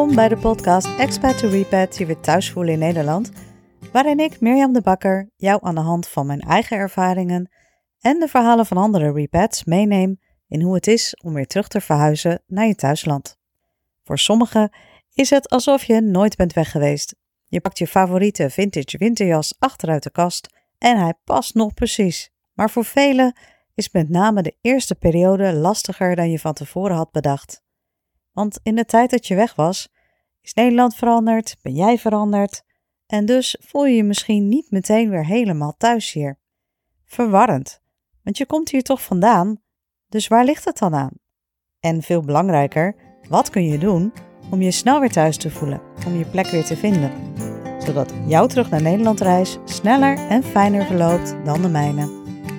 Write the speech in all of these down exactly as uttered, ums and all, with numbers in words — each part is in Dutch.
Welkom bij de podcast Expat to Repat, je weer thuis voelen in Nederland, waarin ik, Mirjam de Bakker, jou aan de hand van mijn eigen ervaringen en de verhalen van andere repats meeneem in hoe het is om weer terug te verhuizen naar je thuisland. Voor sommigen is het alsof je nooit bent weg geweest. Je pakt je favoriete vintage winterjas achteruit de kast en hij past nog precies. Maar voor velen is met name de eerste periode lastiger dan je van tevoren had bedacht. Want in de tijd dat je weg was, is Nederland veranderd, ben jij veranderd en dus voel je je misschien niet meteen weer helemaal thuis hier. Verwarrend, want je komt hier toch vandaan, dus waar ligt het dan aan? En veel belangrijker, wat kun je doen om je snel weer thuis te voelen, om je plek weer te vinden, zodat jouw terug naar Nederland reis sneller en fijner verloopt dan de mijne.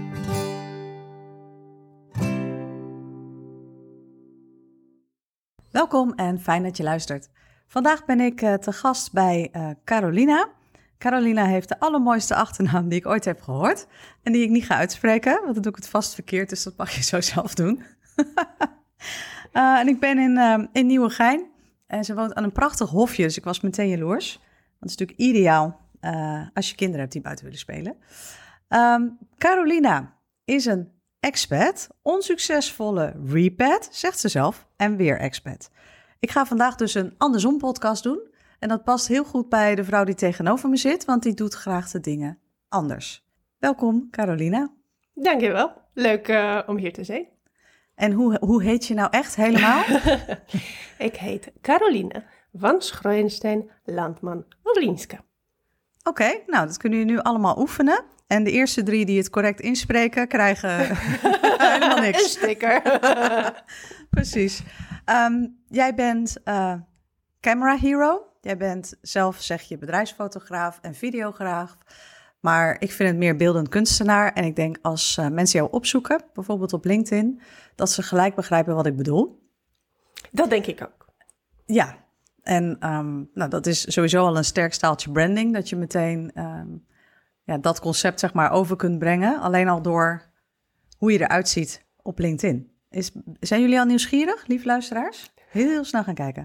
Welkom en fijn dat je luistert. Vandaag ben ik uh, te gast bij uh, Carolina. Carolina heeft de allermooiste achternaam die ik ooit heb gehoord. En die ik niet ga uitspreken, want dan doe ik het vast verkeerd, dus dat mag je zo zelf doen. uh, en ik ben in, uh, in Nieuwegein en ze woont aan een prachtig hofje, dus ik was meteen jaloers. Dat is natuurlijk ideaal uh, als je kinderen hebt die buiten willen spelen. Um, Carolina is een expat, onsuccesvolle repat, zegt ze zelf, en weer expat. Ik ga vandaag dus een andersom podcast doen. En dat past heel goed bij de vrouw die tegenover me zit, want die doet graag de dingen anders. Welkom, Carolina. Dankjewel. Leuk uh, om hier te zijn. En hoe, hoe heet je nou echt helemaal? Ik heet Caroline van Schroyenstein Landman Orlinska. Oké, okay, nou dat kunnen jullie nu allemaal oefenen. En de eerste drie die het correct inspreken, krijgen helemaal niks. Een sticker. Precies. Um, jij bent uh, camera hero. Jij bent zelf, zeg je, bedrijfsfotograaf en videograaf. Maar ik vind het meer beeldend kunstenaar. En ik denk als uh, mensen jou opzoeken, bijvoorbeeld op LinkedIn, dat ze gelijk begrijpen wat ik bedoel. Dat denk ik ook. Ja, en um, nou, dat is sowieso al een sterk staaltje branding. Dat je meteen um, ja, dat concept zeg maar over kunt brengen. Alleen al door hoe je eruit ziet op LinkedIn. Is, zijn jullie al nieuwsgierig, lieve luisteraars? Heel, heel snel gaan kijken.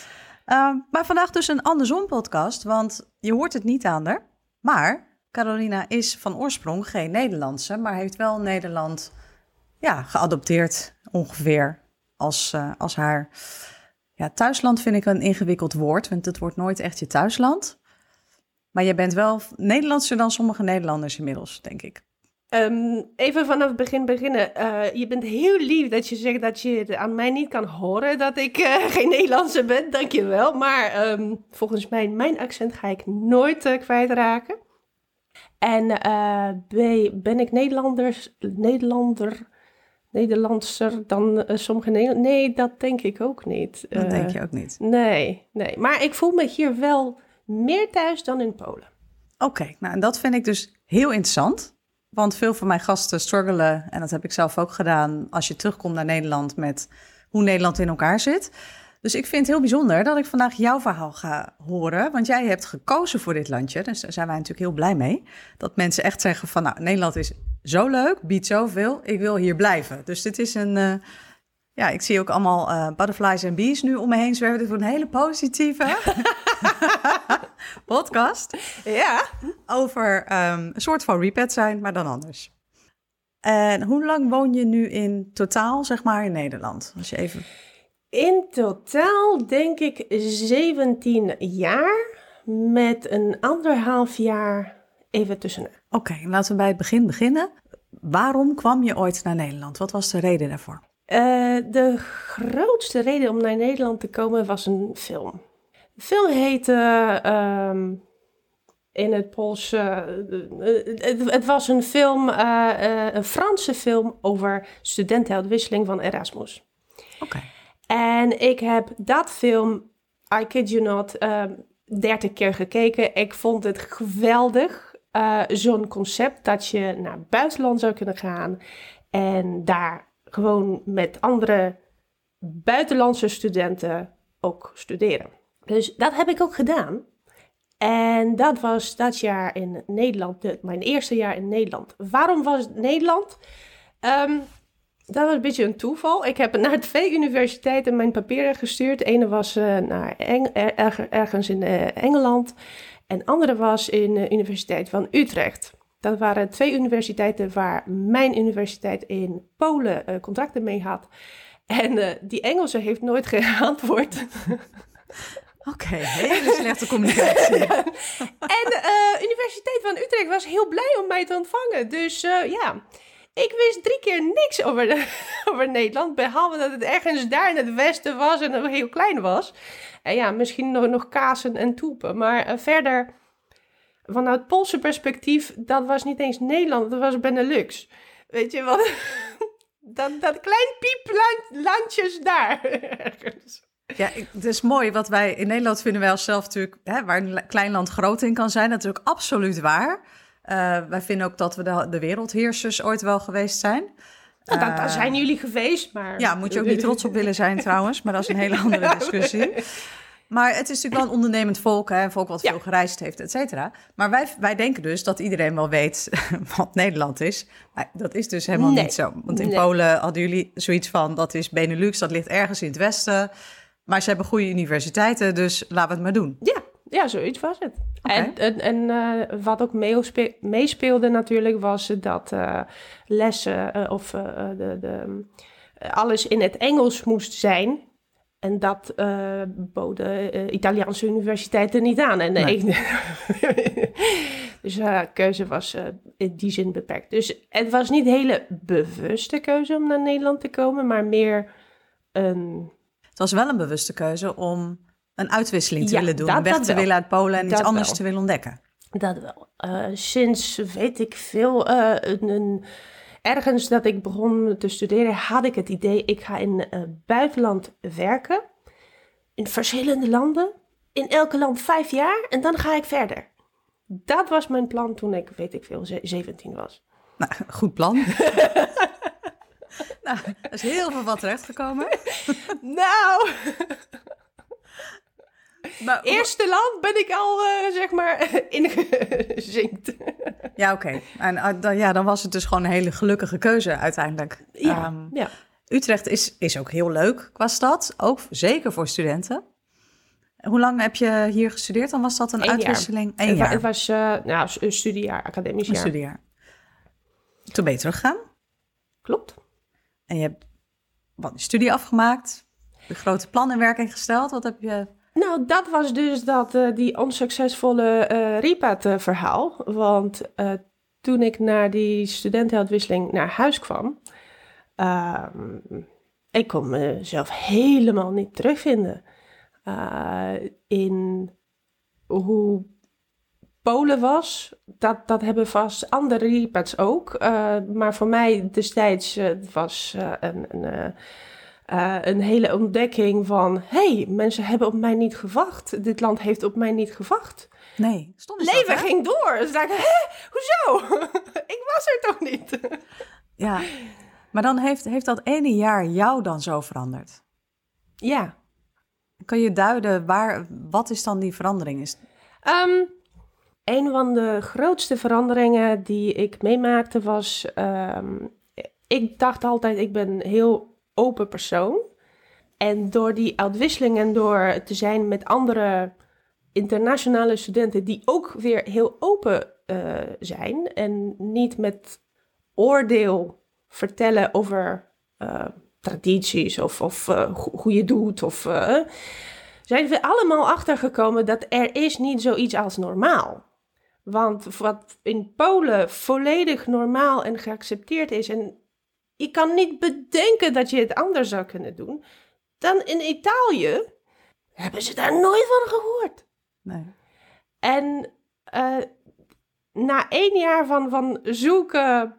Um, maar vandaag dus een andersom podcast, want je hoort het niet aan haar. Maar Carolina is van oorsprong geen Nederlandse, maar heeft wel Nederland ja, geadopteerd ongeveer als, uh, als haar... Ja, thuisland vind ik een ingewikkeld woord, want het wordt nooit echt je thuisland. Maar je bent wel Nederlandser dan sommige Nederlanders inmiddels, denk ik. Um, even vanaf het begin beginnen. Uh, je bent heel lief dat je zegt dat je aan mij niet kan horen dat ik uh, geen Nederlandse ben. Dank je wel. Maar um, volgens mij, mijn accent ga ik nooit uh, kwijtraken. En uh, ben ik Nederlanders, Nederlander, Nederlandser dan uh, sommige Nederlanders? Nee, dat denk ik ook niet. Dat uh, denk je ook niet. Nee, nee. Maar ik voel me hier wel meer thuis dan in Polen. Oké, okay, nou en dat vind ik dus heel interessant. Want veel van mijn gasten struggelen, en dat heb ik zelf ook gedaan, als je terugkomt naar Nederland met hoe Nederland in elkaar zit. Dus ik vind het heel bijzonder dat ik vandaag jouw verhaal ga horen. Want jij hebt gekozen voor dit landje, dus daar zijn wij natuurlijk heel blij mee. Dat mensen echt zeggen van, nou, Nederland is zo leuk, biedt zoveel, ik wil hier blijven. Dus dit is een, uh, ja, ik zie ook allemaal uh, butterflies en bees nu om me heen zwerven. Dit wordt een hele positieve podcast. Ja. Over um, een soort van repat zijn, maar dan anders. En hoe lang woon je nu in totaal, zeg maar, in Nederland? Als je even... In totaal denk ik zeventien jaar met een anderhalf jaar even tussenin. Oké, okay, laten we bij het begin beginnen. Waarom kwam je ooit naar Nederland? Wat was de reden daarvoor? Uh, de grootste reden om naar Nederland te komen was een film. De film heette... Uh, in het Pools... Uh, uh, het, het was een film, uh, uh, een Franse film over studentenuitwisseling van Erasmus. Oké. Okay. En ik heb dat film, I kid you not, uh, dertig keer gekeken. Ik vond het geweldig. Uh, zo'n concept dat je naar het buitenland zou kunnen gaan. En daar gewoon met andere buitenlandse studenten ook studeren. Dus dat heb ik ook gedaan. En dat was dat jaar in Nederland, de, mijn eerste jaar in Nederland. Waarom was het Nederland? Um, Dat was een beetje een toeval. Ik heb naar twee universiteiten mijn papieren gestuurd. De ene was uh, naar Eng- er- ergens in uh, Engeland. En de andere was in de Universiteit van Utrecht. Dat waren twee universiteiten waar mijn universiteit in Polen uh, contracten mee had. En uh, die Engelse heeft nooit geantwoord. Oké, okay, hele slechte communicatie. Ja. En de uh, Universiteit van Utrecht was heel blij om mij te ontvangen. Dus uh, ja, ik wist drie keer niks over, de, over Nederland. Behalve dat het ergens daar in het westen was en heel klein was. En ja, misschien nog, nog kazen en toepen. Maar uh, verder, vanuit het Poolse perspectief, dat was niet eens Nederland, dat was Benelux. Weet je wat? dat, dat klein pieplandjes daar ergens. Ja, het is mooi. Wat wij in Nederland vinden wij onszelf natuurlijk, hè, waar een klein land groot in kan zijn, natuurlijk absoluut waar. Uh, wij vinden ook dat we de, de wereldheersers ooit wel geweest zijn. Nou, dat, daar zijn jullie geweest, maar... Ja, moet je ook niet trots op willen zijn trouwens, maar dat is een hele andere discussie. Maar het is natuurlijk wel een ondernemend volk, hè, een volk wat veel ja. gereisd heeft, et cetera. Maar wij, wij denken dus dat iedereen wel weet wat Nederland is. Maar dat is dus helemaal nee. niet zo. Want in nee. Polen hadden jullie zoiets van, dat is Benelux, dat ligt ergens in het westen. Maar ze hebben goede universiteiten, dus laten we het maar doen. Ja, ja zoiets was het. Okay. En, en, en uh, wat ook meespe- meespeelde natuurlijk was dat uh, lessen uh, of uh, de, de, uh, alles in het Engels moest zijn. En dat uh, boden uh, Italiaanse universiteiten niet aan. En, nee. ik, dus de uh, keuze was uh, in die zin beperkt. Dus het was niet een hele bewuste keuze om naar Nederland te komen, maar meer een... Het was wel een bewuste keuze om een uitwisseling te ja, willen doen. Dat, weg dat te wel. willen uit Polen en dat iets anders wel. te willen ontdekken. Dat wel. Uh, sinds, weet ik veel, uh, een, een, ergens dat ik begon te studeren, had ik het idee, ik ga in het uh, buitenland werken. In verschillende landen. In elke land vijf jaar en dan ga ik verder. Dat was mijn plan toen ik, weet ik veel, zeventien was. Nou, goed plan. Nou, er is heel veel wat terechtgekomen. Nou, maar, eerste land ben ik al, uh, zeg maar, ingezinkt. Ja, oké. Okay. En uh, dan, ja, dan was het dus gewoon een hele gelukkige keuze uiteindelijk. Ja, um, ja. Utrecht is, is ook heel leuk qua stad, ook zeker voor studenten. Hoe lang heb je hier gestudeerd? Dan was dat een Eén uitwisseling? Jaar. Eén jaar. Het was uh, nou, een studiejaar, academisch een jaar. studiejaar. Toen ben je teruggegaan? Klopt. En je hebt wat, een studie afgemaakt, de grote plan in werking gesteld. Wat heb je... Nou, dat was dus dat, uh, die onsuccesvolle uh, RIPAT-verhaal. Want uh, toen ik naar die studentenuitwisseling naar huis kwam, uh, ik kon mezelf helemaal niet terugvinden uh, in hoe Polen was. Dat, dat hebben vast andere RIPATs ook. Uh, maar voor mij destijds uh, was uh, een... een uh, Uh, een hele ontdekking van... hé, hey, mensen hebben op mij niet gewacht. Dit land heeft op mij niet gewacht. Nee, stom is Leven dat, hè? ging door. Dus dacht ik, hé, hoezo? Ik was er toch niet? Ja, maar dan heeft, heeft dat ene jaar jou dan zo veranderd? Ja. Kan je duiden, waar, wat is dan die verandering? Is... Um, een van de grootste veranderingen die ik meemaakte was... Um, ik dacht altijd, ik ben heel... open persoon. En door die uitwisseling en door te zijn met andere internationale studenten die ook weer heel open uh, zijn en niet met oordeel vertellen over uh, tradities of, of uh, hoe je doet. Of, uh, zijn we allemaal achtergekomen dat er is niet zoiets als normaal. Want wat in Polen volledig normaal en geaccepteerd is en je kan niet bedenken dat je het anders zou kunnen doen. Dan in Italië hebben ze daar nooit van gehoord. Nee. En uh, na één jaar van, van zulke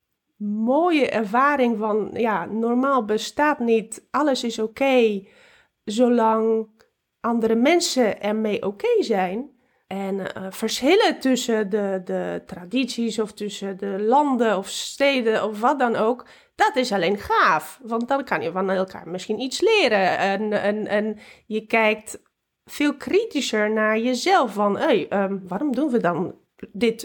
mooie ervaring van... ja, normaal bestaat niet, alles is oké... Okay, zolang andere mensen ermee oké okay zijn... En uh, verschillen tussen de, de tradities of tussen de landen of steden of wat dan ook, dat is alleen gaaf. Want dan kan je van elkaar misschien iets leren. En, en, en je kijkt veel kritischer naar jezelf van, hey, um, waarom doen we dan dit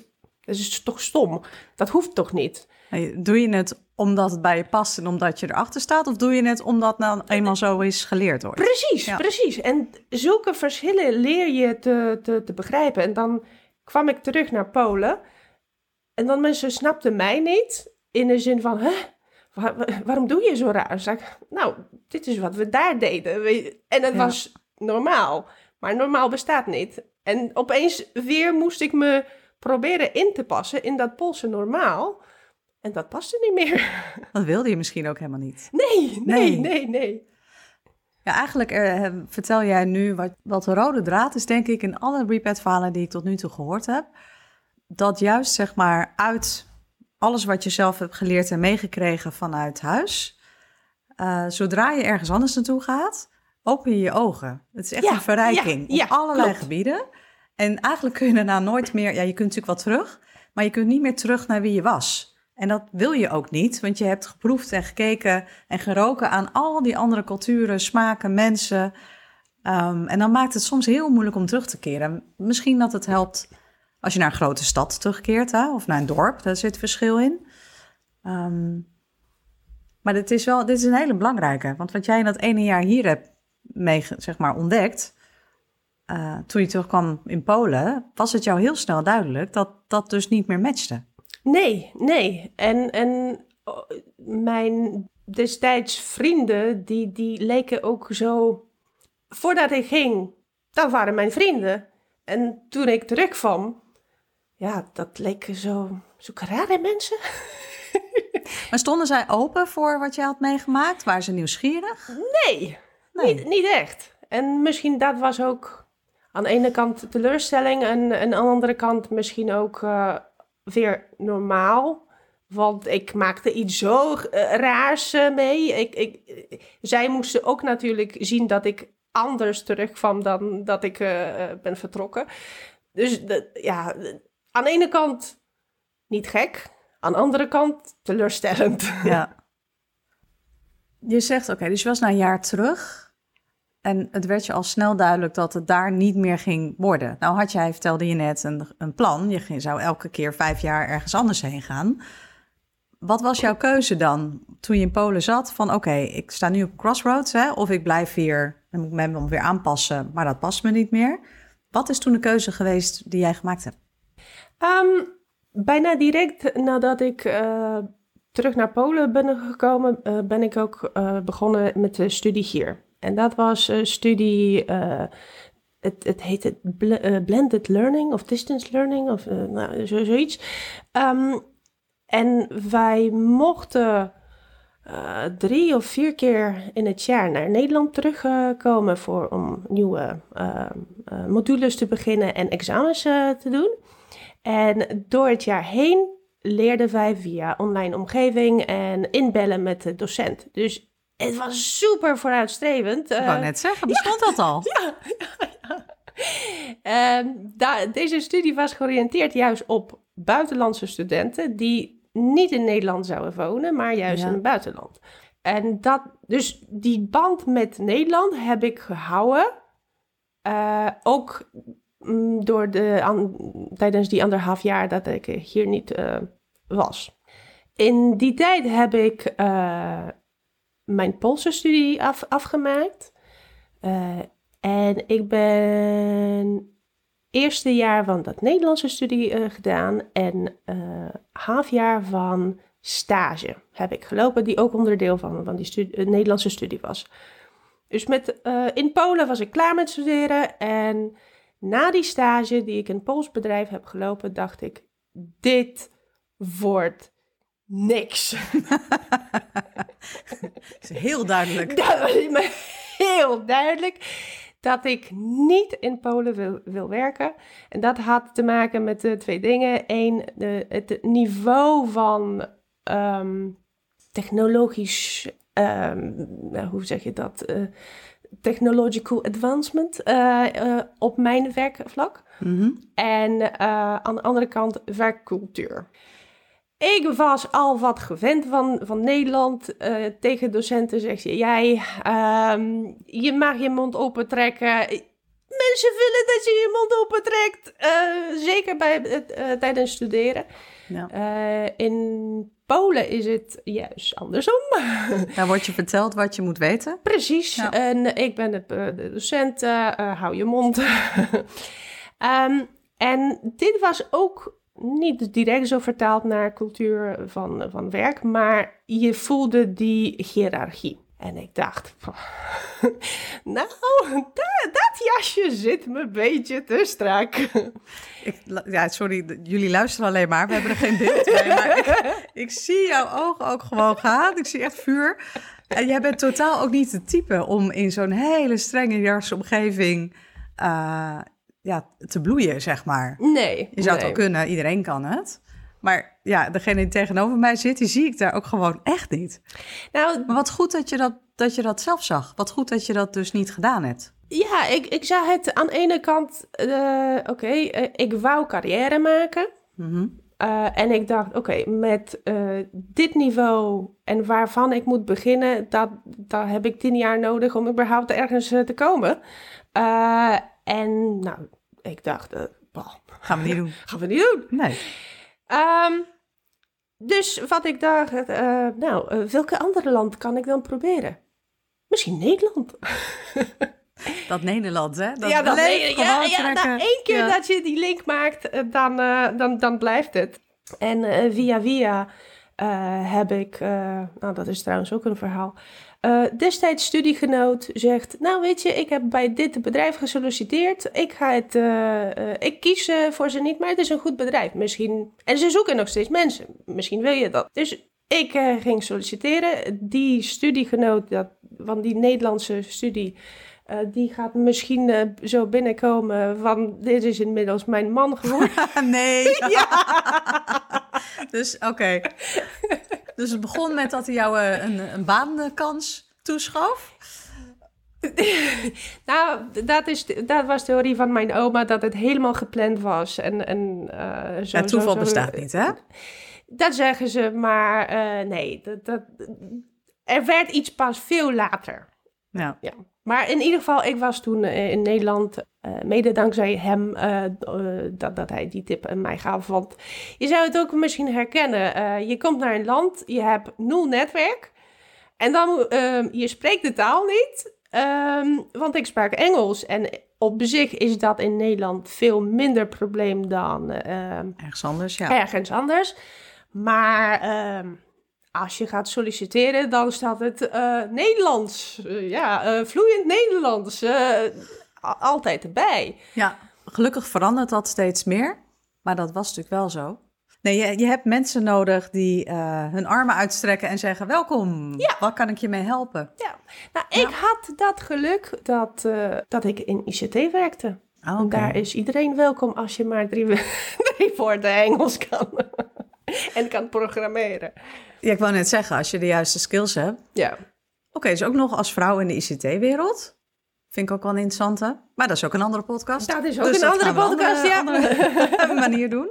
Dat is toch stom? Dat hoeft toch niet? Doe je het omdat het bij je past en omdat je erachter staat? Of doe je het omdat nou eenmaal zo is geleerd wordt? Precies, ja. precies. En zulke verschillen leer je te, te, te begrijpen. En dan kwam ik terug naar Polen. En dan mensen snapten mij niet. In de zin van, hè? Waar, waarom doe je zo raar? Zeg ik, nou, dit is wat we daar deden. En het ja. was normaal. Maar normaal bestaat niet. En opeens weer moest ik me proberen in te passen in dat Poolse normaal. En dat paste niet meer. Dat wilde je misschien ook helemaal niet. Nee, nee, nee, nee. nee. Ja, eigenlijk uh, vertel jij nu wat, wat de rode draad is, denk ik, in alle repat-verhalen die ik tot nu toe gehoord heb. Dat juist, zeg maar, uit alles wat je zelf hebt geleerd en meegekregen vanuit huis, uh, zodra je ergens anders naartoe gaat, open je je ogen. Het is echt ja, een verrijking ja, op ja, allerlei klopt. gebieden. En eigenlijk kun je daarna nooit meer, ja, je kunt natuurlijk wel terug, maar je kunt niet meer terug naar wie je was. En dat wil je ook niet, want je hebt geproefd en gekeken en geroken aan al die andere culturen, smaken, mensen. Um, en dan maakt het soms heel moeilijk om terug te keren. Misschien dat het helpt als je naar een grote stad terugkeert, hè, of naar een dorp, daar zit verschil in. Um, maar dit is wel, dit is een hele belangrijke, want wat jij in dat ene jaar hier hebt mee, zeg maar, ontdekt, uh, toen je terugkwam in Polen, was het jou heel snel duidelijk dat dat dus niet meer matchte. Nee, nee. En, en mijn destijds vrienden, die, die leken ook zo... Voordat ik ging, dat waren mijn vrienden. En toen ik terugkwam, ja, dat leken zo, zo rare mensen. Maar stonden zij open voor wat jij had meegemaakt? Waren ze nieuwsgierig? Nee, nee. Niet, niet echt. En misschien dat was ook aan de ene kant teleurstelling en, en aan de andere kant misschien ook... Uh, weer normaal, want ik maakte iets zo uh, raars uh, mee. Ik, ik, uh, zij moesten ook natuurlijk zien dat ik anders terugkwam dan dat ik uh, ben vertrokken. Dus de, ja, aan de ene kant niet gek, aan de andere kant teleurstellend. Ja. Je zegt, oké, okay, dus je was na een jaar terug en het werd je al snel duidelijk dat het daar niet meer ging worden. Nou had jij, vertelde je net, een, een plan. Je ging, zou elke keer vijf jaar ergens anders heen gaan. Wat was jouw keuze dan toen je in Polen zat? Van oké, okay, ik sta nu op crossroads, hè, of ik blijf hier en moet ik me weer aanpassen, maar dat past me niet meer. Wat is toen de keuze geweest die jij gemaakt hebt? Um, bijna direct nadat ik uh, terug naar Polen ben gekomen, uh, ben ik ook uh, begonnen met de studie hier. En dat was een studie, uh, het, het heette bl- uh, blended learning of distance learning of uh, nou, zo, zoiets. Um, en wij mochten uh, drie of vier keer in het jaar naar Nederland terugkomen uh, voor om nieuwe uh, uh, modules te beginnen en examens uh, te doen. En door het jaar heen leerden wij via online omgeving en inbellen met de docent. Dus het was super vooruitstrevend. Ik wou net zeggen, bestond ja, dat al? Ja, ja, ja. Um, da- deze studie was georiënteerd juist op buitenlandse studenten die niet in Nederland zouden wonen, maar juist ja. in het buitenland. En dat, dus die band met Nederland heb ik gehouden. Uh, ook mm, door de, an, tijdens die anderhalf jaar dat ik hier niet uh, was. In die tijd heb ik... Uh, mijn Poolse studie af, afgemaakt. Uh, en ik ben eerste jaar van dat Nederlandse studie uh, gedaan. En uh, half jaar van stage heb ik gelopen, die ook onderdeel van, van die studie, uh, Nederlandse studie was. Dus met, uh, in Polen was ik klaar met studeren. En na die stage die ik in een Pools bedrijf heb gelopen, dacht ik, dit wordt niks. Dat is heel duidelijk. Dat was me heel duidelijk dat ik niet in Polen wil, wil werken. En dat had te maken met uh, twee dingen. Eén, de, het niveau van um, technologisch, um, hoe zeg je dat? Uh, technological advancement uh, uh, op mijn werkvlak. Mm-hmm. En uh, aan de andere kant werkcultuur. Ik was al wat gewend van, van Nederland. Uh, tegen docenten zegt ze, jij, um, je mag je mond open trekken. ze willen dat je je mond opentrekt. Uh, zeker bij, uh, uh, tijdens studeren. Ja. Uh, in Polen is het juist andersom. Daar wordt je verteld wat je moet weten. Precies. Ja. En ik ben de, de docent. Uh, hou je mond. um, en dit was ook niet direct zo vertaald naar cultuur van, van werk. Maar je voelde die hiërarchie. En ik dacht, nou, dat, dat jasje zit me een beetje te strak. Ik, ja, sorry, jullie luisteren alleen maar. We hebben er geen beeld bij. Maar ik, ik zie jouw ogen ook gewoon gaan. Ik zie echt vuur. En jij bent totaal ook niet de type om in zo'n hele strenge jasomgeving uh, ja, te bloeien, zeg maar. Nee. Je zou nee. het wel kunnen, iedereen kan het. Maar ja, degene die tegenover mij zit, die zie ik daar ook gewoon echt niet. Nou, maar wat goed dat je dat, dat je dat zelf zag. Wat goed dat je dat dus niet gedaan hebt. Ja, ik, ik zag het aan de ene kant, uh, oké, okay, uh, ik wou carrière maken. Mm-hmm. Uh, en ik dacht, oké, okay, met uh, dit niveau en waarvan ik moet beginnen, dat, daar heb ik tien jaar nodig om überhaupt ergens uh, te komen. Uh, en nou, ik dacht, uh, bah, gaan we niet doen. Gaan we niet doen. Nee. Um, dus wat ik dacht, uh, nou, uh, welke andere land kan ik dan proberen? Misschien Nederland. Dat Nederland, hè? Dat ja, dat ne- ja, ja nou, één keer ja. dat je die link maakt, dan, uh, dan, dan blijft het. En uh, via via uh, heb ik, uh, nou dat is trouwens ook een verhaal, uh, destijds studiegenoot zegt, nou weet je, ik heb bij dit bedrijf gesolliciteerd. Ik ga het, uh, uh, ik kies uh, voor ze niet, maar het is een goed bedrijf. Misschien, en ze zoeken nog steeds mensen. Misschien wil je dat. Dus ik uh, ging solliciteren. Die studiegenoot dat, van die Nederlandse studie, Uh, die gaat misschien uh, zo binnenkomen, want dit is inmiddels mijn man geworden. Nee. Ja. Dus oké. Okay. Dus het begon met dat hij jou uh, een, een baankans toeschoof? Nou, dat, is, dat was de theorie van mijn oma, dat het helemaal gepland was. En, en, uh, zo, ja, toeval zo, zo, bestaat niet, hè? Dat zeggen ze, maar uh, nee. Dat, dat, er werd iets pas veel later. Ja. Ja. Maar in ieder geval, ik was toen uh, in Nederland, uh, mede dankzij hem, uh, uh, dat, dat hij die tip aan mij gaf. Want je zou het ook misschien herkennen. Uh, je komt naar een land, je hebt nul netwerk. En dan, uh, je spreekt de taal niet. Um, want ik sprak Engels. En op zich is dat in Nederland veel minder probleem dan uh, ergens anders. Ja. Ergens anders. Maar Uh, als je gaat solliciteren, dan staat het uh, Nederlands. Uh, ja, uh, vloeiend Nederlands. Uh, altijd erbij. Ja, gelukkig verandert dat steeds meer. Maar dat was natuurlijk wel zo. Nee, je, je hebt mensen nodig die uh, hun armen uitstrekken en zeggen, welkom, ja. Wat kan ik je mee helpen? Ja, nou, ja. Ik had dat geluk dat, uh, dat ik in I C T werkte. Oh, okay. En daar is iedereen welkom als je maar drie, drie woorden Engels kan. En kan programmeren. Ja, ik wou net zeggen, als je de juiste skills hebt. Ja. Oké, okay, dus ook nog als vrouw in de I C T-wereld. Vind ik ook wel een interessante. Maar dat is ook een andere podcast. Dat is ook dus een andere podcast, een andere, ja. Andere manier doen.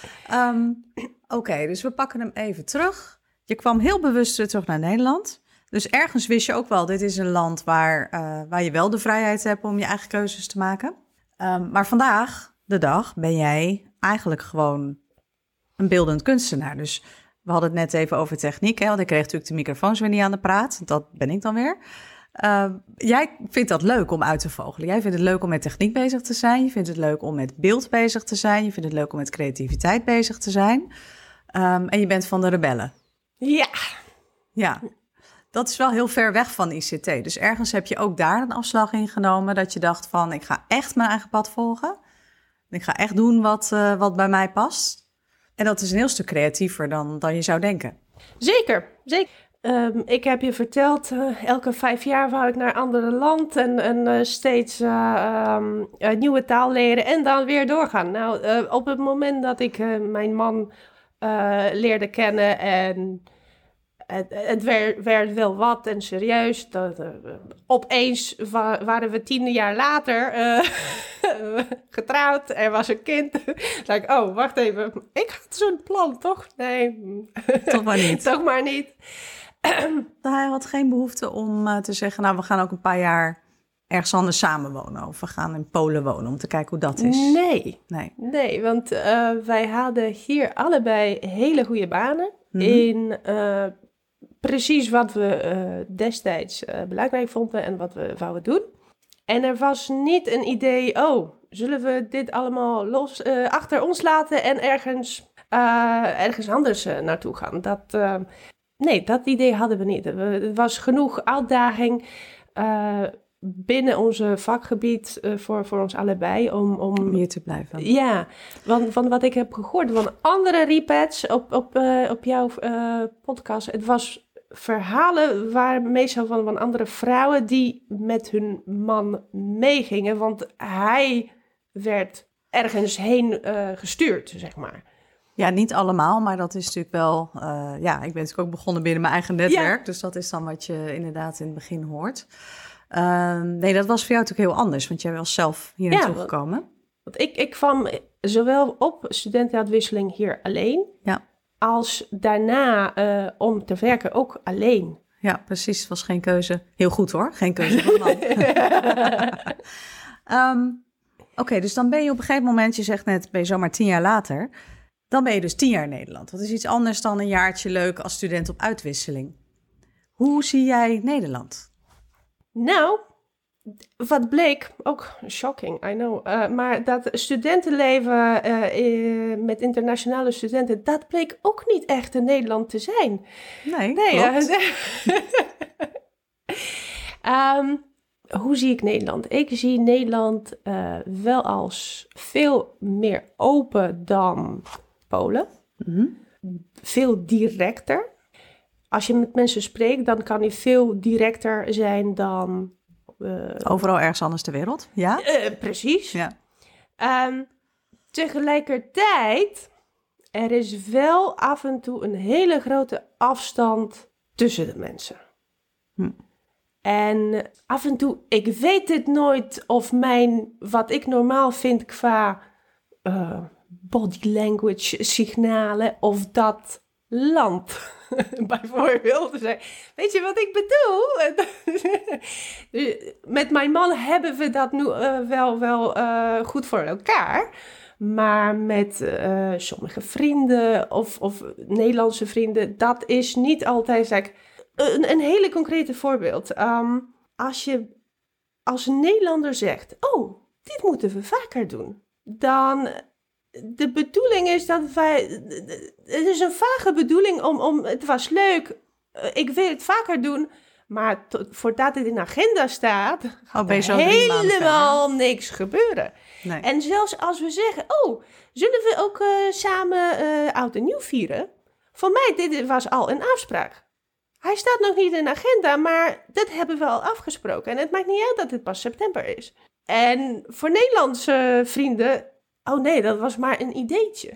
Um, Oké, okay, dus we pakken hem even terug. Je kwam heel bewust terug naar Nederland. Dus ergens wist je ook wel, dit is een land waar, uh, waar je wel de vrijheid hebt om je eigen keuzes te maken. Um, maar vandaag, de dag, ben jij eigenlijk gewoon een beeldend kunstenaar. Dus we hadden het net even over techniek, hè, want ik kreeg natuurlijk de microfoons weer niet aan de praat. Dat ben ik dan weer. Uh, jij vindt dat leuk om uit te vogelen. Jij vindt het leuk om met techniek bezig te zijn. Je vindt het leuk om met beeld bezig te zijn. Je vindt het leuk om met creativiteit bezig te zijn. Um, en je bent van de rebellen. Ja. Ja, dat is wel heel ver weg van I C T. Dus ergens heb je ook daar een afslag in genomen dat je dacht van, ik ga echt mijn eigen pad volgen. Ik ga echt doen wat, uh, wat bij mij past. En dat is een heel stuk creatiever dan, dan je zou denken. Zeker, zeker. Um, ik heb je verteld, uh, elke vijf jaar wou ik naar een ander land en, en uh, steeds uh, um, een nieuwe taal leren en dan weer doorgaan. Nou, uh, op het moment dat ik uh, mijn man uh, leerde kennen en het, het werd, werd wel wat en serieus. Dat, uh, opeens wa- waren we tien jaar later uh, getrouwd, er was een kind. like, oh, wacht even, ik had zo'n plan, toch? Nee. Toch maar niet. Toch maar niet. Hij had geen behoefte om uh, te zeggen, nou, we gaan ook een paar jaar ergens anders samenwonen. Of we gaan in Polen wonen om te kijken hoe dat is. Nee, nee, nee want uh, wij hadden hier allebei hele goede banen. Mm-hmm. In uh, precies wat we uh, destijds uh, belangrijk vonden en wat we wouden doen. En er was niet een idee, oh, zullen we dit allemaal los uh, achter ons laten en ergens, uh, ergens anders uh, naartoe gaan. Dat, uh, nee, dat idee hadden we niet. Er was genoeg uitdaging uh, binnen onze vakgebied uh, voor, voor ons allebei om, om... om hier te blijven. Ja, want van wat ik heb gehoord van andere repads op, op, uh, op jouw uh, podcast, het was... verhalen waren meestal van, van andere vrouwen die met hun man meegingen. Want hij werd ergens heen uh, gestuurd, zeg maar. Ja, niet allemaal, maar dat is natuurlijk wel... Uh, ja, ik ben natuurlijk ook begonnen binnen mijn eigen netwerk. Ja. Dus dat is dan wat je inderdaad in het begin hoort. Uh, nee, dat was voor jou natuurlijk heel anders, want jij was zelf hier naartoe ja, gekomen. Want ik, ik kwam zowel op studentenuitwisseling hier alleen... Ja. als daarna uh, om te werken ook alleen. Ja, precies. Het was geen keuze. Heel goed hoor, geen keuze van man. um, Oké, okay, dus dan ben je op een gegeven moment, je zegt net, ben je zomaar tien jaar later. Dan ben je dus tien jaar in Nederland. Dat is iets anders dan een jaartje leuk als student op uitwisseling. Hoe zie jij Nederland? Nou, wat bleek, ook shocking, I know, uh, maar dat studentenleven uh, met internationale studenten, dat bleek ook niet echt in Nederland te zijn. Nee, nee klopt. Uh, um, hoe zie ik Nederland? Ik zie Nederland uh, wel als veel meer open dan Polen. Mm-hmm. Veel directer. Als je met mensen spreekt, dan kan je veel directer zijn dan... Uh, Overal ergens anders ter wereld, ja? Uh, precies. Ja. Um, tegelijkertijd, er is wel af en toe een hele grote afstand tussen de mensen. Hm. En af en toe, ik weet het nooit of mijn, wat ik normaal vind qua uh, body language signalen, of dat land bijvoorbeeld. Weet je wat ik bedoel? Met mijn man hebben we dat nu uh, wel, wel uh, goed voor elkaar. Maar met uh, sommige vrienden of, of Nederlandse vrienden, dat is niet altijd... Like, een, een hele concrete voorbeeld. Um, als je als een Nederlander zegt, oh, dit moeten we vaker doen, dan... De bedoeling is dat wij... Het is een vage bedoeling om... om het was leuk, ik wil het vaker doen... Maar to, voordat het in de agenda staat... gaat oh, er helemaal niks gebeuren. Nee. En zelfs als we zeggen... Oh, zullen we ook uh, samen uh, oud en nieuw vieren? Voor mij, dit was al een afspraak. Hij staat nog niet in de agenda, maar dat hebben we al afgesproken. En het maakt niet uit dat het pas september is. En voor Nederlandse vrienden... Oh nee, dat was maar een ideetje.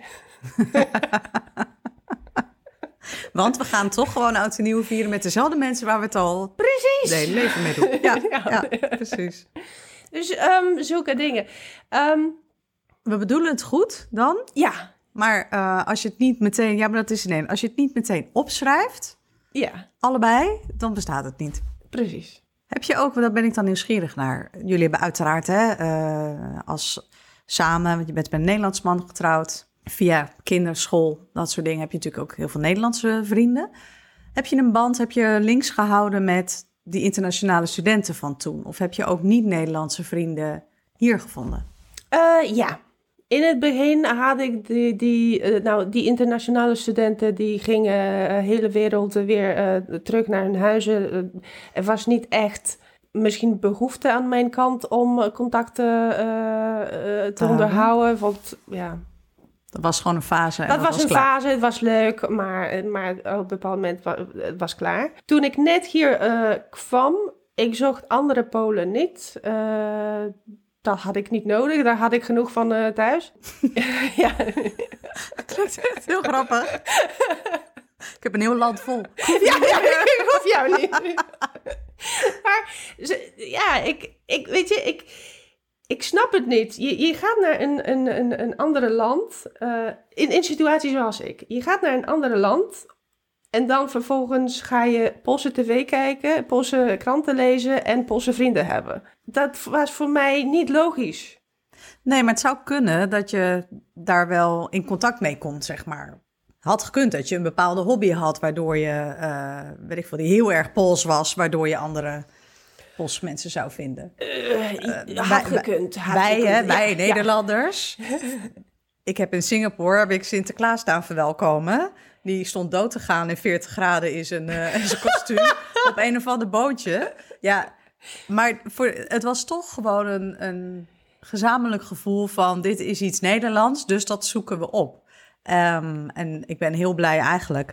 Want we gaan toch gewoon oud en nieuw vieren met dezelfde mensen waar we het al precies. de hele leven mee doen. Ja, ja, ja precies. Dus um, zulke dingen. Um, we bedoelen het goed dan. Ja. Maar uh, als je het niet meteen... Ja, maar dat is nee. Als je het niet meteen opschrijft... Ja. Allebei, dan bestaat het niet. Precies. Heb je ook, daar ben ik dan nieuwsgierig naar. Jullie hebben uiteraard hè, uh, als... Samen, want je bent met een Nederlands man getrouwd. Via kinderschool, dat soort dingen heb je natuurlijk ook heel veel Nederlandse vrienden. Heb je een band, heb je links gehouden met die internationale studenten van toen? Of heb je ook niet-Nederlandse vrienden hier gevonden? Uh, ja, in het begin had ik die, die, uh, nou, die internationale studenten... die gingen de uh, hele wereld weer uh, terug naar hun huizen. Uh, er was niet echt... Misschien behoefte aan mijn kant om contacten uh, uh, te onderhouden. Want ja. Dat was gewoon een fase. Dat, dat was, was een klaar. fase, het was leuk, maar, maar op een bepaald moment was het was klaar. Toen ik net hier uh, kwam, ik zocht andere Polen niet. Uh, dat had ik niet nodig, daar had ik genoeg van uh, thuis. Ja. Dat klinkt echt heel grappig. Ik heb een heel land vol. Ja, ja, ik hoef jou niet. Maar ja, ik, ik weet je, ik, ik snap het niet. Je, je gaat naar een, een, een, een andere land, uh, in een situatie zoals ik. Je gaat naar een andere land En dan vervolgens ga je Poolse tv kijken, Poolse kranten lezen en Poolse vrienden hebben. Dat was voor mij niet logisch. Nee, maar het zou kunnen dat je daar wel in contact mee komt, zeg maar. Had gekund dat je een bepaalde hobby had, waardoor je, uh, weet ik veel, die heel erg Pools was, waardoor je andere Poolse mensen zou vinden. Uh, uh, had wij, gekund. Had wij, gekund. Hè, ja, wij ja. Nederlanders. Ik heb in Singapore heb ik Sinterklaas staan verwelkomen. Die stond dood te gaan in veertig graden in zijn, uh, in zijn kostuum op een of ander bootje. Ja, maar voor, het was toch gewoon een, een gezamenlijk gevoel van dit is iets Nederlands, dus dat zoeken we op. Um, en ik ben heel blij eigenlijk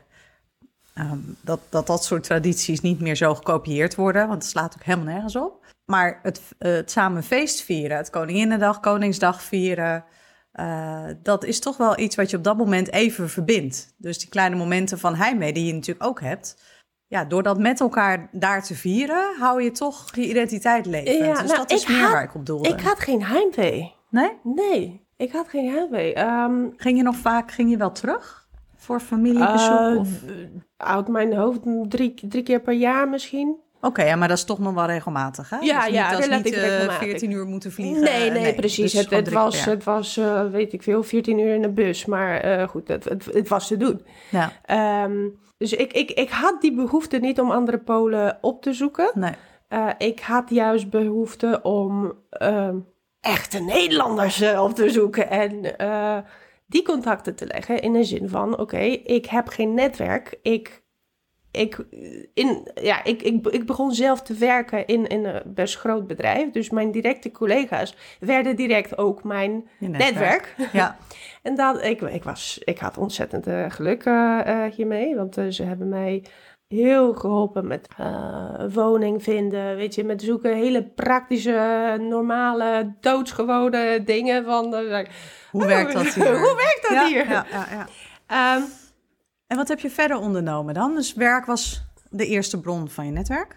um, dat, dat dat soort tradities niet meer zo gekopieerd worden, want het slaat ook helemaal nergens op. Maar het, uh, het samen feest vieren, het Koninginnedag, Koningsdag vieren, uh, dat is toch wel iets wat je op dat moment even verbindt. Dus die kleine momenten van heimwee die je natuurlijk ook hebt. Ja, door dat met elkaar daar te vieren, hou je toch je identiteit levend. Ja, dus nou, dat is meer had, waar ik op doelde. Ik had geen heimwee. Nee? Nee, ik had geen heimwee. Um, ging je nog vaak, ging je wel terug voor familiebezoek? Uh, of? Uit mijn hoofd drie, drie keer per jaar misschien. Oké, okay, ja, maar dat is toch nog wel regelmatig, hè? Ja, dus ja, niet, relatief niet, uh, regelmatig. veertien uur moeten vliegen. Nee, nee, nee precies. Dus het, het was, het was uh, weet ik veel, veertien uur in de bus. Maar uh, goed, het, het, het was te doen. Ja. Um, dus ik, ik, ik had die behoefte niet om andere Polen op te zoeken. Nee. Uh, ik had juist behoefte om uh, echte Nederlanders uh, op te zoeken. En uh, die contacten te leggen in de zin van, oké, okay, ik heb geen netwerk. Ik... Ik, in, ja, ik, ik, ik begon zelf te werken in, in een best groot bedrijf. Dus mijn directe collega's werden direct ook mijn netwerk. netwerk. Ja. En dat, ik, ik, was, ik had ontzettend uh, geluk uh, uh, hiermee. Want uh, ze hebben mij heel geholpen met uh, woning vinden. Weet je, met zoeken hele praktische, normale, doodsgewone dingen. Van, uh, hoe oh, werkt dat hier? Hoe werkt dat ja, hier? Ja, ja, ja. Um, En wat heb je verder ondernomen dan? Dus werk was de eerste bron van je netwerk.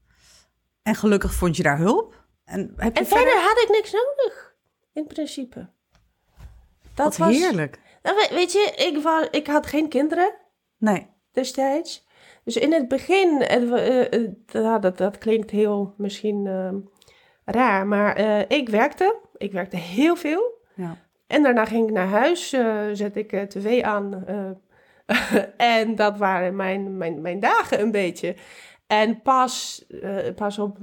En gelukkig vond je daar hulp. En, heb je en verder... verder had ik niks nodig, in principe. Dat wat was heerlijk. Nou, weet je, ik, was, ik had geen kinderen. Nee. Destijds. Dus in het begin, uh, uh, uh, dat, dat klinkt heel misschien uh, raar, maar uh, ik werkte. Ik werkte heel veel. Ja. En daarna ging ik naar huis, uh, zette ik uh, tv aan... Uh, en dat waren mijn, mijn, mijn dagen een beetje. En pas, uh, pas op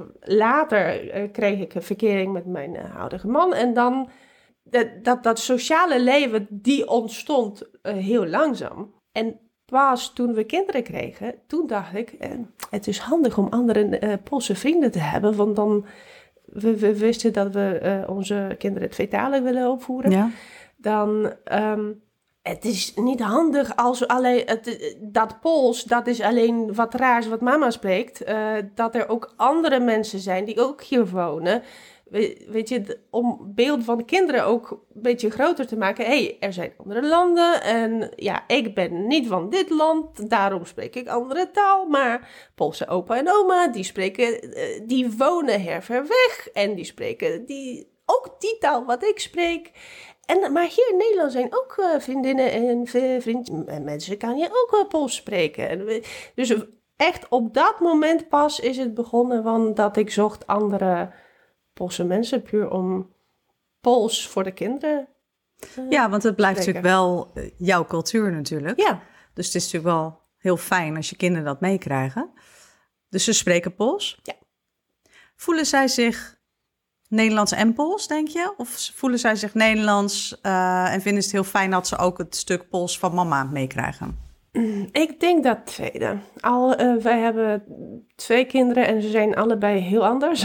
later uh, kreeg ik een verkering met mijn uh, huidige man. En dan, dat, dat, dat sociale leven, die ontstond uh, heel langzaam. En pas toen we kinderen kregen, toen dacht ik... Uh, het is handig om andere uh, Poolse vrienden te hebben. Want dan, we, we wisten dat we uh, onze kinderen tweetalig willen opvoeden. Ja. Dan... Um, Het is niet handig als alleen het, dat Pools, dat is alleen wat raars wat mama spreekt. Uh, dat er ook andere mensen zijn die ook hier wonen. We, weet je, om beeld van de kinderen ook een beetje groter te maken. Hé, hey, er zijn andere landen en ja, ik ben niet van dit land, daarom spreek ik andere taal. Maar Poolse opa en oma, die spreken, uh, die wonen her ver weg en die spreken die, ook die taal wat ik spreek. En, maar hier in Nederland zijn ook uh, vriendinnen en vrienden en mensen kan je ook uh, Pools spreken. En we, dus echt op dat moment pas is het begonnen van dat ik zocht andere Poolse mensen puur om Pools voor de kinderen. Uh, ja, want het blijft natuurlijk wel jouw cultuur natuurlijk. Ja. Dus het is natuurlijk wel heel fijn als je kinderen dat meekrijgen. Dus ze spreken Pools. Ja. Voelen zij zich Nederlands en Pools, denk je? Of voelen zij zich Nederlands uh, en vinden ze het heel fijn dat ze ook het stuk Pools van mama meekrijgen? Ik denk dat tweede. Al, uh, wij hebben twee kinderen en ze zijn allebei heel anders.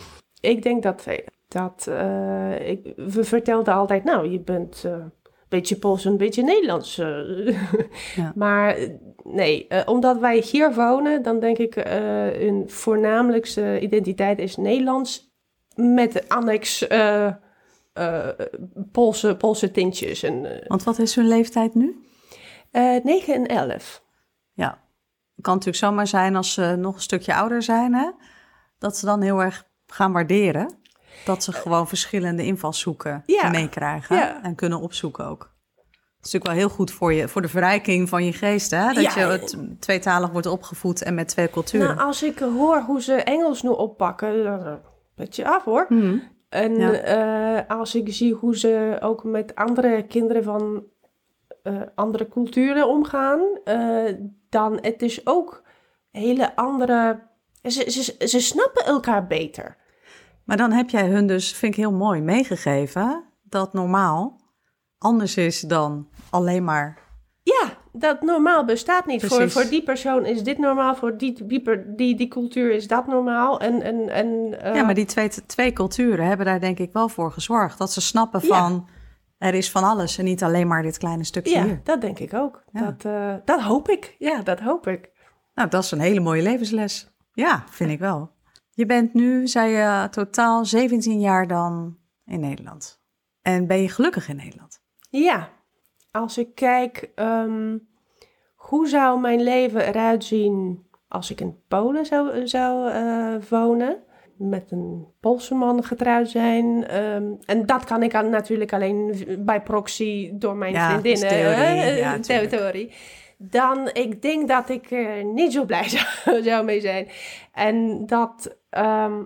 Ik denk dat tweede. Dat, uh, ik, we vertelden altijd, nou, je bent uh, een beetje Pools en een beetje Nederlands. Uh. Ja. Maar nee, uh, omdat wij hier wonen, dan denk ik, uh, hun voornamelijkste identiteit is Nederlands. Met de annex uh, uh, Poolse, Poolse tintjes. En, uh, Want wat is hun leeftijd nu? Uh, negen en elf. Ja, het kan natuurlijk zomaar zijn als ze nog een stukje ouder zijn, hè? Dat ze dan heel erg gaan waarderen. Dat ze gewoon verschillende invalshoeken ja. meekrijgen ja. en kunnen opzoeken ook. is natuurlijk wel heel goed voor je, voor de verrijking van je geest, hè? Dat Ja. je t- tweetalig wordt opgevoed en met twee culturen. Nou, als ik hoor hoe ze Engels nu oppakken, dan een beetje af hoor. Mhm. En Ja. eh, als ik zie hoe ze ook met andere kinderen van eh, andere culturen omgaan, eh, dan het is ook hele andere. Ze, ze, ze snappen elkaar beter. Maar dan heb jij hun dus, vind ik heel mooi, meegegeven dat normaal anders is dan alleen maar... Ja, dat normaal bestaat niet. Voor, Precies. voor die persoon is dit normaal, voor die, die, per- die, die cultuur is dat normaal. En, en, en, eh, Ja, maar die twee, twee culturen hebben daar denk ik wel voor gezorgd. Dat ze snappen Ja. van, er is van alles en niet alleen maar dit kleine stukje ja, hier. dat denk ik ook. Ja. Dat, eh, dat hoop ik. Ja, dat hoop ik. Nou, dat is een hele mooie levensles. Ja, vind ik wel. Je bent nu, zei je, totaal zeventien jaar dan in Nederland. En ben je gelukkig in Nederland? Ja, als ik kijk, ehm, hoe zou mijn leven eruit zien als ik in Polen zou, zou eh, wonen? Met een Poolse man getrouwd zijn. ehm, en dat kan ik aan, natuurlijk alleen bij proxy door mijn Ja, vriendinnen. dat is theorie. hè, Ja, eh, tuurlijk. theorie. Dan, ik denk dat ik er niet zo blij zou, zou mee zijn. En dat, ehm,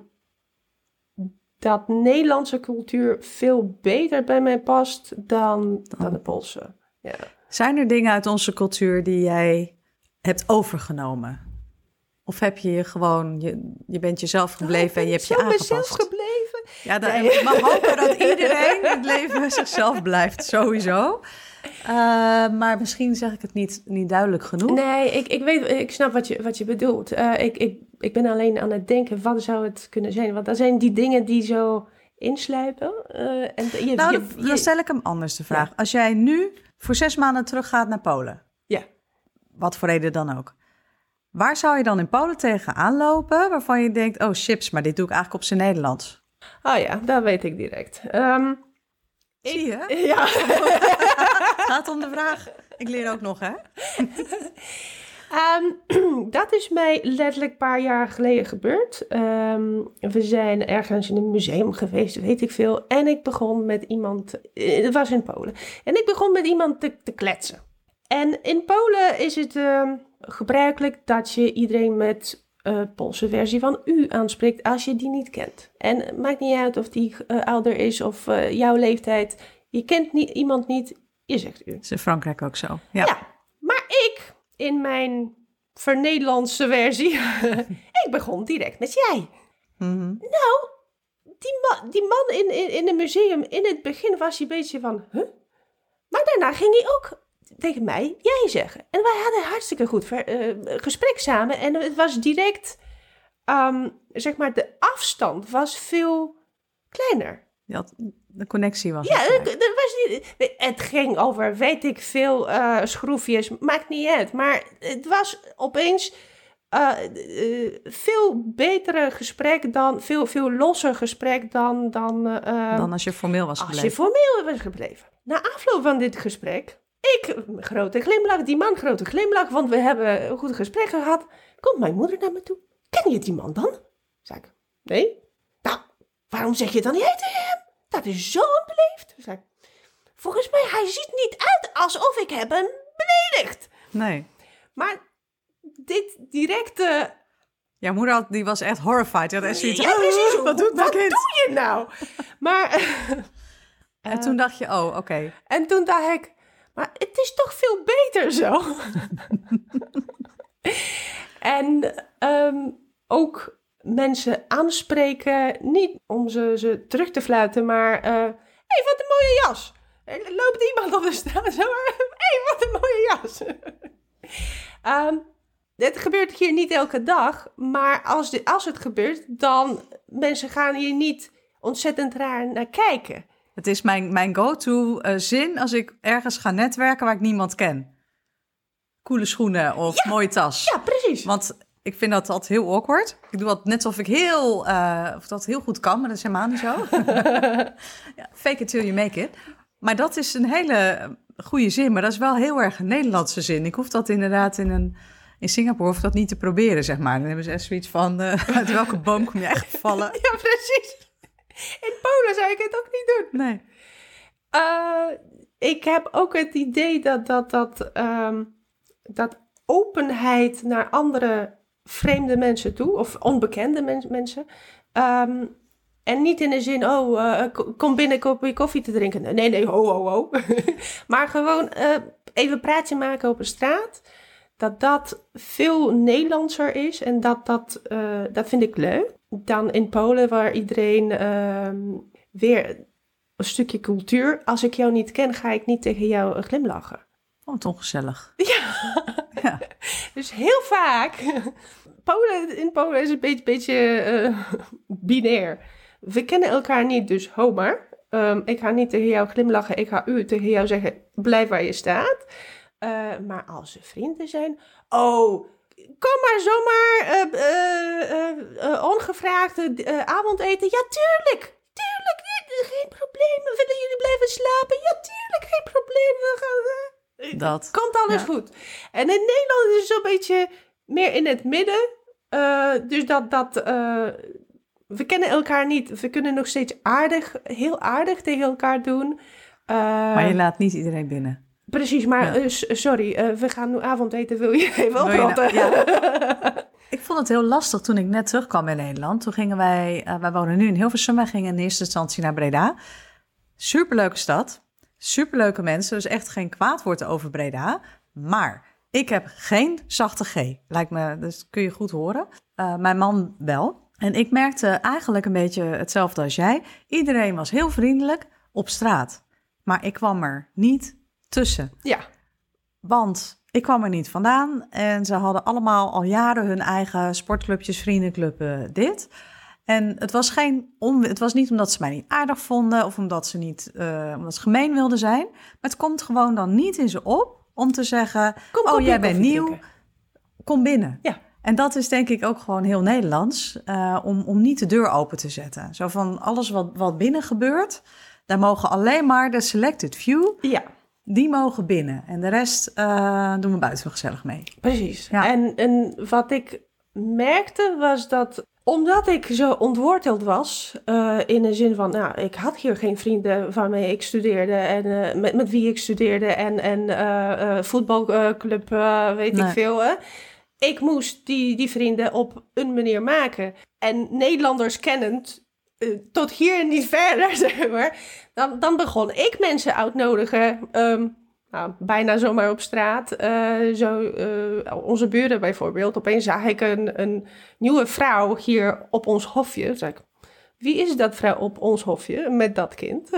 dat Nederlandse cultuur veel beter bij mij past dan, dan de Poolse. Ja. Zijn er dingen uit onze cultuur die jij hebt overgenomen? Of heb je je gewoon, je, je bent jezelf gebleven en je hebt je Zo aangepast? mezelf gebleven. Ja, dan, Nee. ik mag hopen dat iedereen in het leven zichzelf blijft, sowieso. Uh, maar misschien zeg ik het niet, niet duidelijk genoeg. Nee, ik, ik weet, ik snap wat je, wat je bedoelt. Uh, ik, ik, ik ben alleen aan het denken, wat zou het kunnen zijn? Want dat zijn die dingen die zo insluipen. Uh, en je, nou, je, dan, je, dan stel ik hem anders de vraag. Ja. Als jij nu voor zes maanden teruggaat naar Polen, Ja. wat voor reden dan ook, waar zou je dan in Polen tegenaan lopen waarvan je denkt, oh chips, maar dit doe ik eigenlijk op zijn Nederlands? Oh ja, dat weet ik direct. Um, Zie je? Ik, ja. Het gaat om de vraag. Ik leer ook nog, hè? Um, dat is mij letterlijk een paar jaar geleden gebeurd. Um, we zijn ergens in een museum geweest, weet ik veel. En ik begon met iemand, het was in Polen. En ik begon met iemand te, te kletsen. En in Polen is het uh, gebruikelijk dat je iedereen met uh, Poolse versie van u aanspreekt als je die niet kent. En het maakt niet uit of die uh, ouder is of uh, jouw leeftijd. Je kent niet, iemand niet, je zegt u. Dat is in Frankrijk ook zo. Ja, ja maar ik, in mijn vernederlandse versie, ik begon direct met jij. Mm-hmm. Nou, die, ma- die man in, in, in het museum, in het begin was hij een beetje van, huh? Maar daarna ging hij ook tegen mij jij zeggen. En wij hadden een hartstikke goed ver, uh, gesprek samen. En het was direct, um, zeg maar, de afstand was veel kleiner. Ja, de connectie was Ja, het. er was niet, het ging over, weet ik veel, uh, schroefjes, maakt niet uit. Maar het was opeens uh, uh, veel betere gesprek dan, veel, veel losser gesprek dan... Dan, uh, dan als je formeel was gebleven. Als je formeel was gebleven. Na afloop van dit gesprek, ik grote glimlach, die man grote glimlach, want we hebben een goed gesprek gehad. Komt mijn moeder naar me toe. Ken je die man dan? Zeg ik, nee. Nou, waarom zeg je dan jij tegen hem? Dat is zo onbeleefd. Zeg ik, volgens mij, hij ziet niet uit alsof ik heb hem beledigd. Nee. Maar dit directe... Jouw moeder had, die was echt horrified. Die had echt zoiets, Ja, precies. oh, wat doet mijn Wat kind? doe je nou? Maar... En toen dacht je, oh, oké. Okay. En toen dacht ik, maar het is toch veel beter zo? En um, ook mensen aanspreken, niet om ze, ze terug te fluiten, maar... Hé, uh, hey, wat een mooie jas! Loopt iemand op de straat zo? Hé, hey, wat een mooie jas! um, het gebeurt hier niet elke dag, maar als, de, als het gebeurt, dan mensen gaan hier niet ontzettend raar naar kijken. Het is mijn, mijn go-to uh, zin als ik ergens ga netwerken waar ik niemand ken. Coole schoenen of ja, mooie tas. Ja, precies. Want ik vind dat altijd heel awkward. Ik doe dat net alsof ik heel, uh, of dat heel goed kan, maar dat is helemaal niet zo. Ja, fake it till you make it. Maar dat is een hele goede zin, maar dat is wel heel erg een Nederlandse zin. Ik hoef dat inderdaad in, een, in Singapore hoef dat niet te proberen, zeg maar. Dan hebben ze echt zoiets van, uh, uit welke boom kom je echt gevallen? Ja, precies. In Polen zou ik het ook niet doen. Nee. Uh, ik heb ook het idee dat, dat, dat, um, dat openheid naar andere vreemde mensen toe, of onbekende men- mensen, um, en niet in de zin, oh, uh, kom binnen een kopje koffie te drinken. Nee, nee, ho, ho, ho. Maar gewoon uh, even een praatje maken op een straat. Dat dat veel Nederlandser is en dat, dat, uh, dat vind ik leuk. Dan in Polen, waar iedereen uh, weer een stukje cultuur. Als ik jou niet ken, ga ik niet tegen jou glimlachen. Oh, wat ongezellig. Ja. ja. Dus heel vaak. Polen, in Polen is het een beetje, beetje uh, binair. We kennen elkaar niet, dus ho maar. Um, ik ga niet tegen jou glimlachen. Ik ga u tegen jou zeggen, blijf waar je staat. Uh, maar als ze vrienden zijn... Oh, kom maar zomaar uh, uh, uh, uh, ongevraagd uh, avondeten. Ja, tuurlijk. Tuurlijk, geen probleem. Willen jullie blijven slapen? Ja, tuurlijk, geen probleem. We gaan... Uh, Dat. Komt alles ja. goed. En in Nederland is het zo'n beetje meer in het midden. Uh, dus dat... dat uh, we kennen elkaar niet. We kunnen nog steeds aardig, heel aardig tegen elkaar doen. Uh, maar je laat niet iedereen binnen. Precies, maar ja. uh, sorry, uh, we gaan nu avondeten. Wil je even oprotten? Nou, ja. Ik vond het heel lastig toen ik net terugkwam in Nederland. Toen gingen wij, uh, wij wonen nu in Hilversum, wij gingen in eerste instantie naar Breda. Superleuke stad, superleuke mensen, dus echt geen kwaad woord over Breda. Maar ik heb geen zachte G, lijkt me, dus kun je goed horen. Uh, mijn man wel. En ik merkte eigenlijk een beetje hetzelfde als jij. Iedereen was heel vriendelijk op straat, maar ik kwam er niet tussen. Ja. Want ik kwam er niet vandaan en ze hadden allemaal al jaren hun eigen sportclubjes, vriendenclubben, dit. En het was, geen on- het was niet omdat ze mij niet aardig vonden of omdat ze, niet, uh, omdat ze gemeen wilden zijn. Maar het komt gewoon dan niet in ze op om te zeggen, kom, oh jij bent nieuw, drinken. Kom binnen. Ja. En dat is denk ik ook gewoon heel Nederlands, uh, om, om niet de deur open te zetten. Zo van alles wat, wat binnen gebeurt, daar mogen alleen maar de selected few... Ja. Die mogen binnen en de rest uh, doen we buiten gezellig mee. Precies. Ja. En, en wat ik merkte was dat, omdat ik zo ontworteld was, uh, in de zin van, nou, ik had hier geen vrienden waarmee ik studeerde en uh, met, met wie ik studeerde en, en uh, uh, voetbalclub, uh, weet nee. ik veel. Hè? Ik moest die, die vrienden op een manier maken. En Nederlanders kennend, Uh, tot hier en niet verder, zeg maar. Dan, dan begon ik mensen uitnodigen. Um, nou, bijna zomaar op straat. Uh, zo, uh, onze buren bijvoorbeeld. Opeens zag ik een, een nieuwe vrouw hier op ons hofje. Toen zei ik, wie is dat vrouw op ons hofje met dat kind?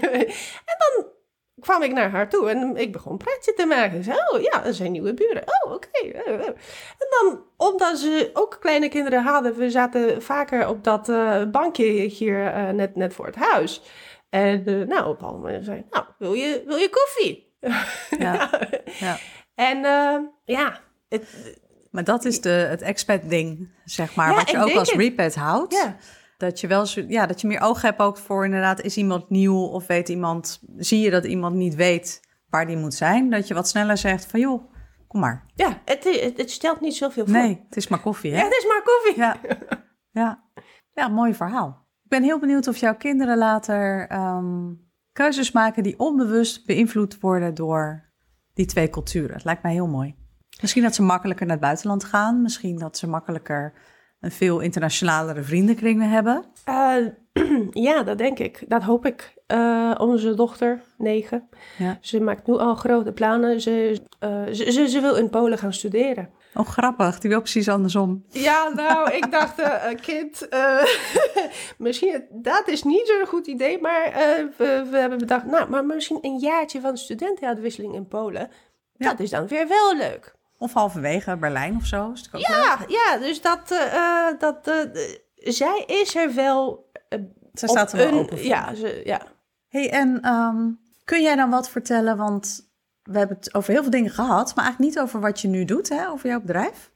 En dan kwam ik naar haar toe en ik begon een praatje te maken. Ik zei, oh ja, dat zijn nieuwe buren. Oh, oké. Okay. En dan, omdat ze ook kleine kinderen hadden, we zaten vaker op dat uh, bankje hier uh, net, net voor het huis. En uh, nou, op een moment zei nou, wil je, wil je koffie? Ja. ja. En uh, ja. Het, maar dat is de, het expat-ding, zeg maar, ja, wat je ook als het. repat houdt. Ja. Dat je wel, ja, dat je meer oog hebt ook voor inderdaad, is iemand nieuw of weet iemand, zie je dat iemand niet weet waar die moet zijn, dat je wat sneller zegt van joh, kom maar. Ja, het, het, het stelt niet zoveel voor. Nee, het is maar koffie, hè? Ja, het is maar koffie. Ja, ja. ja mooi verhaal. Ik ben heel benieuwd of jouw kinderen later um, keuzes maken die onbewust beïnvloed worden door die twee culturen. Het lijkt mij heel mooi. Misschien dat ze makkelijker naar het buitenland gaan, misschien dat ze makkelijker een veel internationalere vriendenkringen hebben? Uh, ja, dat denk ik. Dat hoop ik. Uh, onze dochter, negen, ja. Ze maakt nu al grote plannen. Ze, uh, ze, ze, ze wil in Polen gaan studeren. Oh, grappig. Die wil precies andersom. Ja, nou, ik dacht, uh, kind, uh, misschien, dat is niet zo'n goed idee. Maar uh, we, we hebben bedacht, nou, maar misschien een jaartje van studentenuitwisseling in Polen. Ja. Dat is dan weer wel leuk. Of halverwege Berlijn of zo. Is het ook ja, leuk? ja, dus dat, uh, dat uh, zij is er wel. Uh, ze staat er wel een, open voor. Ja, ze, ja. Hey, en um, kun jij dan wat vertellen? Want we hebben het over heel veel dingen gehad, maar eigenlijk niet over wat je nu doet, hè, over jouw bedrijf.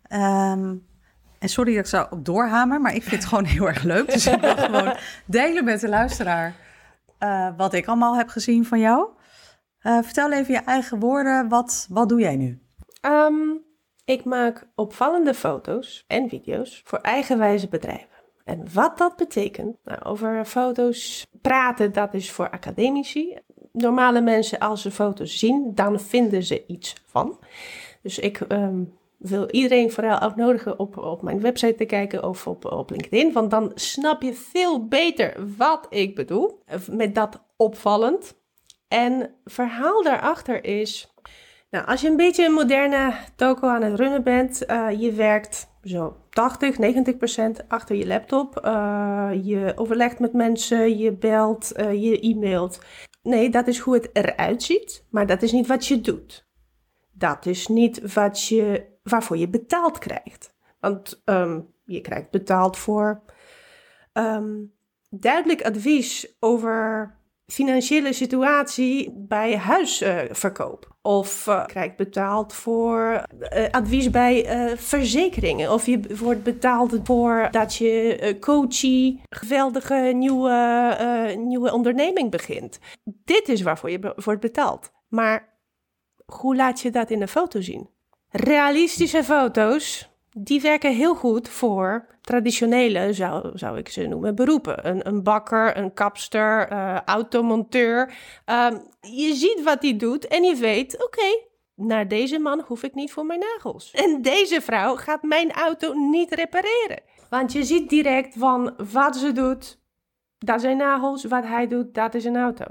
Um, en sorry dat ik zo op doorhamer, maar ik vind het gewoon heel erg leuk. Dus ik wil gewoon delen met de luisteraar uh, wat ik allemaal heb gezien van jou. Uh, vertel even je eigen woorden. Wat, wat doe jij nu? Um, ik maak opvallende foto's en video's voor eigenwijze bedrijven. En wat dat betekent, nou, over foto's praten, dat is voor academici. normale mensen, als ze foto's zien, dan vinden ze iets van. Dus ik um, wil iedereen vooral uitnodigen op, op mijn website te kijken of op, op LinkedIn. Want dan snap je veel beter wat ik bedoel. Met dat opvallend. En verhaal daarachter is... Nou, als je een beetje een moderne toko aan het runnen bent, uh, je werkt zo tachtig, negentig procent achter je laptop. Uh, je overlegt met mensen, je belt, uh, je e-mailt. Nee, dat is hoe het eruit ziet, maar dat is niet wat je doet. Dat is niet wat je, waarvoor je betaald krijgt. Want um, je krijgt betaald voor um, duidelijk advies over financiële situatie bij huisverkoop. Uh, of uh, je krijgt betaald voor uh, advies bij uh, verzekeringen. Of je wordt betaald voor dat je uh, coachie, geweldige nieuwe, uh, nieuwe onderneming begint. Dit is waarvoor je be- wordt betaald. Maar hoe laat je dat in een foto zien? Realistische foto's, die werken heel goed voor traditionele, zou, zou ik ze noemen, beroepen. Een, een bakker, een kapster, uh, automonteur. Um, je ziet wat hij doet en je weet, oké, okay, naar deze man hoef ik niet voor mijn nagels. En deze vrouw gaat mijn auto niet repareren. Want je ziet direct van wat ze doet, dat zijn nagels, wat hij doet, dat is een auto.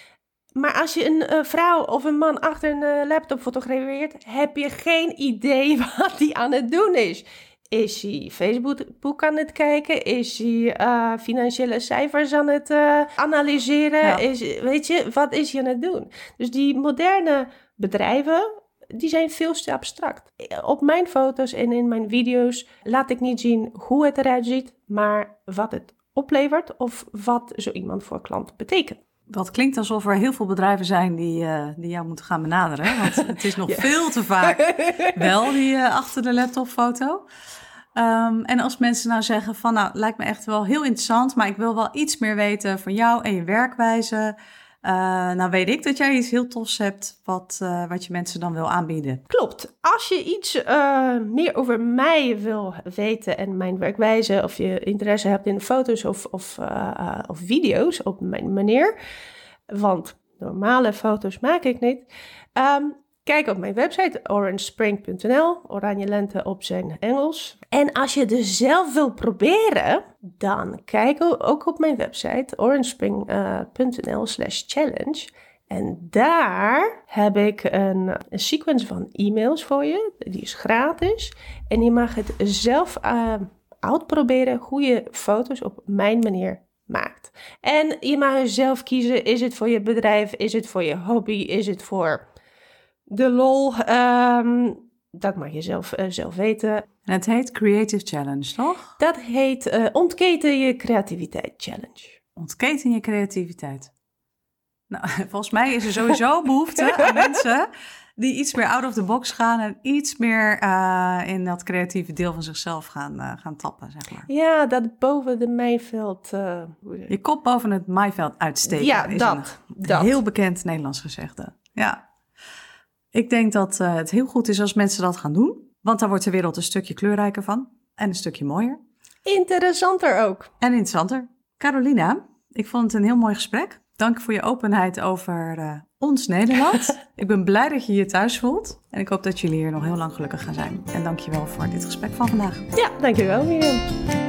Maar als je een uh, vrouw of een man achter een uh, laptop fotografeert, heb je geen idee wat hij aan het doen is. Is hij Facebook aan het kijken? Is hij uh, financiële cijfers aan het uh, analyseren? Ja. Is, weet je, wat is hij aan het doen? Dus die moderne bedrijven, die zijn veel te abstract. Op mijn foto's en in mijn video's laat ik niet zien hoe het eruit ziet, maar wat het oplevert of wat zo iemand voor klant betekent. Dat klinkt alsof er heel veel bedrijven zijn die, uh, die jou moeten gaan benaderen. Want het is nog ja. veel te vaak wel die uh, achter de laptopfoto. Um, en als mensen nou zeggen van, nou, lijkt me echt wel heel interessant, maar ik wil wel iets meer weten van jou en je werkwijze. Uh, nou weet ik dat jij iets heel tofs hebt wat, uh, wat je mensen dan wil aanbieden. Klopt. Als je iets uh, meer over mij wil weten en mijn werkwijze, of je interesse hebt in foto's of, of, uh, uh, of video's op mijn manier, want normale foto's maak ik niet, um, kijk op mijn website orange spring punt n l, oranje lente op zijn Engels. En als je het zelf wil proberen, dan kijk ook op mijn website orange spring punt n l slash challenge. En daar heb ik een, een sequence van e-mails voor je. Die is gratis. En je mag het zelf uh, uitproberen hoe je foto's op mijn manier maakt. En je mag zelf kiezen, is het voor je bedrijf, is het voor je hobby, is het voor de lol, um, dat mag je zelf, uh, zelf weten. En het heet Creative Challenge, toch? Dat heet uh, Ontketen je creativiteit challenge. Ontketen je creativiteit. Nou, volgens mij is er sowieso behoefte aan mensen die iets meer out of the box gaan en iets meer uh, in dat creatieve deel van zichzelf gaan, uh, gaan tappen, zeg maar. Ja, dat boven de mijnveld... Uh, je kop boven het maaiveld uitsteken. Ja, is dat, een dat. heel bekend Nederlands gezegde. Ja. Ik denk dat uh, het heel goed is als mensen dat gaan doen. Want daar wordt de wereld een stukje kleurrijker van. En een stukje mooier. Interessanter ook. En interessanter. Carolina, ik vond het een heel mooi gesprek. Dank voor je openheid over uh, ons Nederland. Ik ben blij dat je je thuis voelt. En ik hoop dat jullie hier nog heel lang gelukkig gaan zijn. En dank je wel voor dit gesprek van vandaag. Ja, dank je wel, Mirjam.